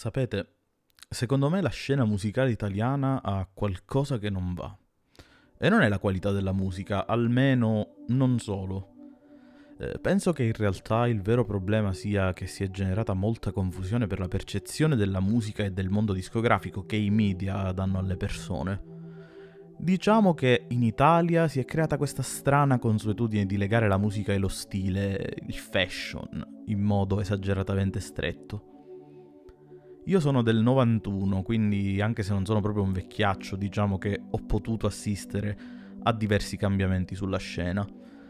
Sapete, secondo me la scena musicale italiana ha qualcosa che non va. E non è la qualità della musica, almeno non solo. Penso che in realtà il vero problema sia che si è generata molta confusione per la percezione della musica e del mondo discografico che i media danno alle persone. Diciamo che in Italia si è creata questa strana consuetudine di legare la musica e lo stile, il fashion, in modo esageratamente stretto. Io sono del 91, quindi anche se non sono proprio un vecchiaccio, diciamo che ho potuto assistere a diversi cambiamenti sulla scena.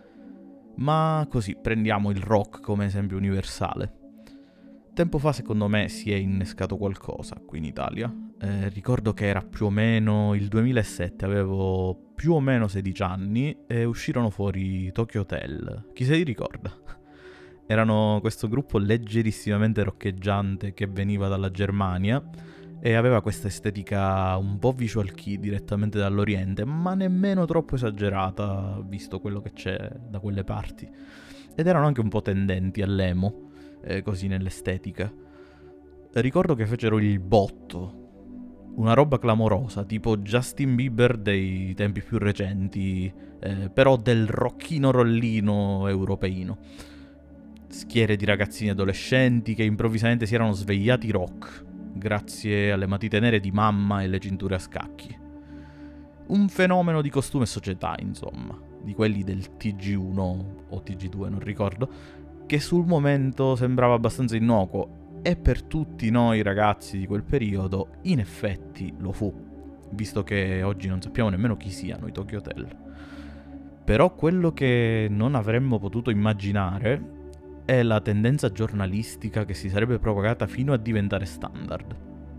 Ma così, prendiamo il rock come esempio universale. Tempo fa secondo me si è innescato qualcosa qui in Italia. Ricordo che era più o meno il 2007, avevo più o meno 16 anni e uscirono fuori Tokyo Hotel. Chi se li ricorda? Erano questo gruppo leggerissimamente roccheggiante che veniva dalla Germania e aveva questa estetica un po' visual kei direttamente dall'Oriente, ma nemmeno troppo esagerata, visto quello che c'è da quelle parti. Ed erano anche un po' tendenti all'emo, così nell'estetica. Ricordo che fecero il botto, una roba clamorosa, tipo Justin Bieber dei tempi più recenti, però del rocchino rollino europeino. Schiere di ragazzini adolescenti che improvvisamente si erano svegliati rock, grazie alle matite nere di mamma e le cinture a scacchi. Un fenomeno di costume e società, insomma, di quelli del TG1 o TG2, non ricordo, che sul momento sembrava abbastanza innocuo e per tutti noi ragazzi di quel periodo in effetti lo fu, visto che oggi non sappiamo nemmeno chi siano i Tokyo Hotel. Però quello che non avremmo potuto immaginare è la tendenza giornalistica che si sarebbe propagata fino a diventare standard.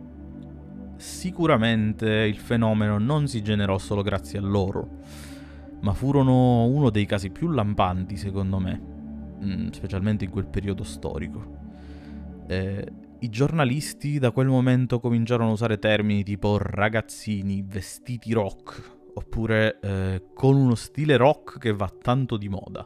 Sicuramente il fenomeno non si generò solo grazie a loro, ma furono uno dei casi più lampanti secondo me, specialmente in quel periodo storico. I giornalisti da quel momento cominciarono a usare termini tipo ragazzini, vestiti rock, oppure con uno stile rock che va tanto di moda.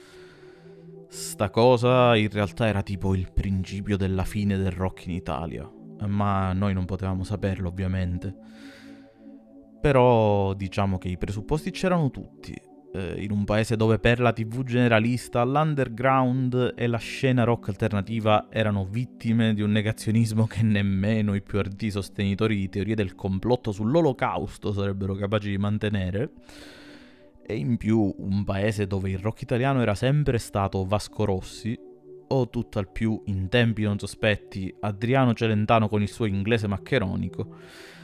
Sta cosa in realtà era tipo il principio della fine del rock in Italia, ma noi non potevamo saperlo ovviamente. Però diciamo che i presupposti c'erano tutti. In un paese dove per la TV generalista l'underground e la scena rock alternativa erano vittime di un negazionismo che nemmeno i più arditi sostenitori di teorie del complotto sull'olocausto sarebbero capaci di mantenere. E in più un paese dove il rock italiano era sempre stato Vasco Rossi, o tutt'al più, in tempi non sospetti, Adriano Celentano con il suo inglese maccheronico.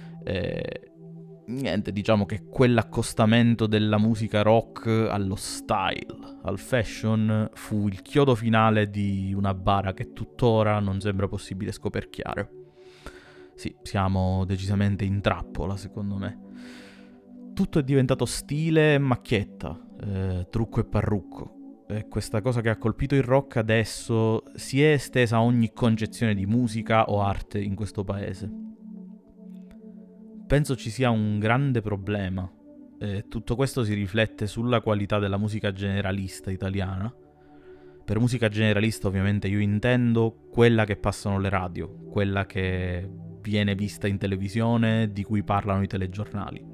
Niente, diciamo che quell'accostamento della musica rock allo style, al fashion, fu il chiodo finale di una bara che tuttora non sembra possibile scoperchiare. Sì, siamo decisamente in trappola, secondo me. Tutto è diventato stile e macchietta, trucco e parrucco. E questa cosa che ha colpito il rock adesso si è estesa a ogni concezione di musica o arte in questo paese. Penso ci sia un grande problema. Tutto questo si riflette sulla qualità della musica generalista italiana. Per musica generalista ovviamente io intendo quella che passano le radio, quella che viene vista in televisione, di cui parlano i telegiornali.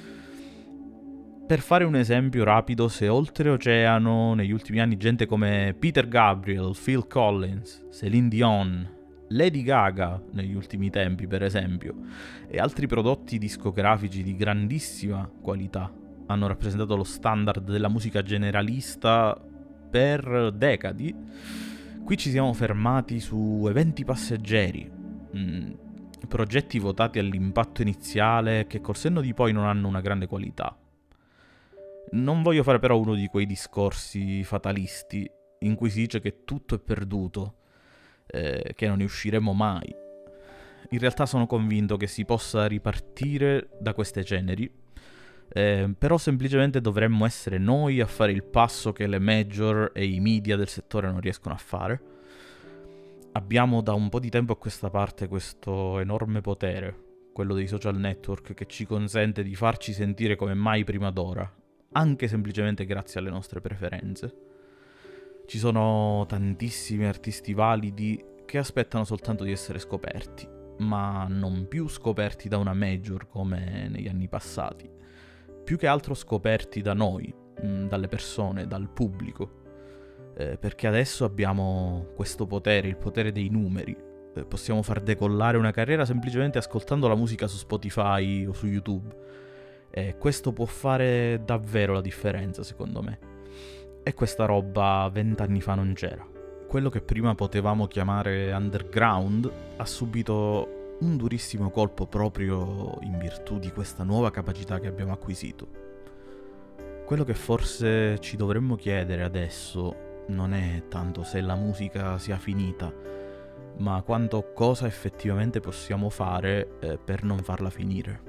Per fare un esempio rapido, se oltreoceano negli ultimi anni gente come Peter Gabriel, Phil Collins, Céline Dion, Lady Gaga negli ultimi tempi per esempio, e altri prodotti discografici di grandissima qualità hanno rappresentato lo standard della musica generalista per decadi, qui ci siamo fermati su eventi passeggeri, progetti votati all'impatto iniziale che col senno di poi non hanno una grande qualità. Non voglio fare però uno di quei discorsi fatalisti in cui si dice che tutto è perduto, che non ne usciremo mai. In realtà sono convinto che si possa ripartire da queste ceneri, però semplicemente dovremmo essere noi a fare il passo che le major e i media del settore non riescono a fare. Abbiamo da un po' di tempo a questa parte questo enorme potere, quello dei social network, che ci consente di farci sentire come mai prima d'ora, anche semplicemente grazie alle nostre preferenze. Ci sono tantissimi artisti validi che aspettano soltanto di essere scoperti. ma non più scoperti da una major come negli anni passati. Più che altro scoperti da noi, dalle persone, dal pubblico. Perché adesso abbiamo questo potere, il potere dei numeri. Possiamo far decollare una carriera semplicemente ascoltando la musica su Spotify o su YouTube. E questo può fare davvero la differenza, secondo me. E questa roba 20 anni fa non c'era. Quello che prima potevamo chiamare underground ha subito un durissimo colpo proprio in virtù di questa nuova capacità che abbiamo acquisito. Quello che forse ci dovremmo chiedere adesso non è tanto se la musica sia finita, ma quanto cosa effettivamente possiamo fare per non farla finire.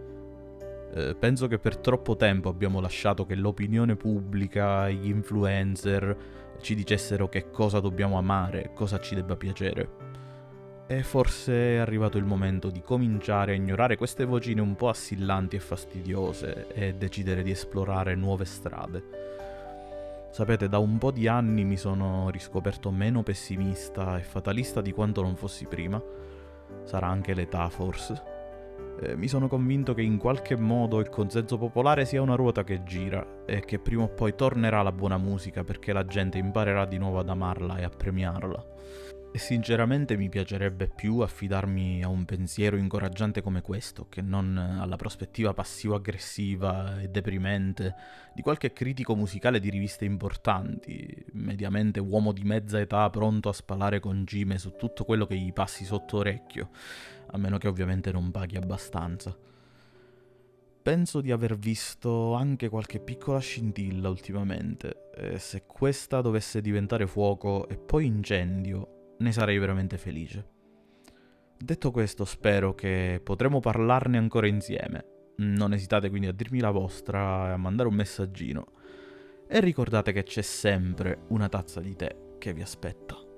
Penso che per troppo tempo abbiamo lasciato che l'opinione pubblica e gli influencer ci dicessero che cosa dobbiamo amare, cosa ci debba piacere. E forse è arrivato il momento di cominciare a ignorare queste vocine un po' assillanti e fastidiose e decidere di esplorare nuove strade. Sapete, da un po' di anni mi sono riscoperto meno pessimista e fatalista di quanto non fossi prima. Sarà anche l'età, forse. Mi sono convinto che in qualche modo il consenso popolare sia una ruota che gira e che prima o poi tornerà la buona musica perché la gente imparerà di nuovo ad amarla e a premiarla. E sinceramente mi piacerebbe più affidarmi a un pensiero incoraggiante come questo, che non alla prospettiva passivo-aggressiva e deprimente di qualche critico musicale di riviste importanti, mediamente uomo di mezza età pronto a spalare concime su tutto quello che gli passi sotto orecchio, a meno che ovviamente non paghi abbastanza. Penso di aver visto anche qualche piccola scintilla ultimamente, e se questa dovesse diventare fuoco e poi incendio, ne sarei veramente felice. Detto questo, spero che potremo parlarne ancora insieme. Non esitate quindi a dirmi la vostra e a mandare un messaggino. E ricordate che c'è sempre una tazza di tè che vi aspetta.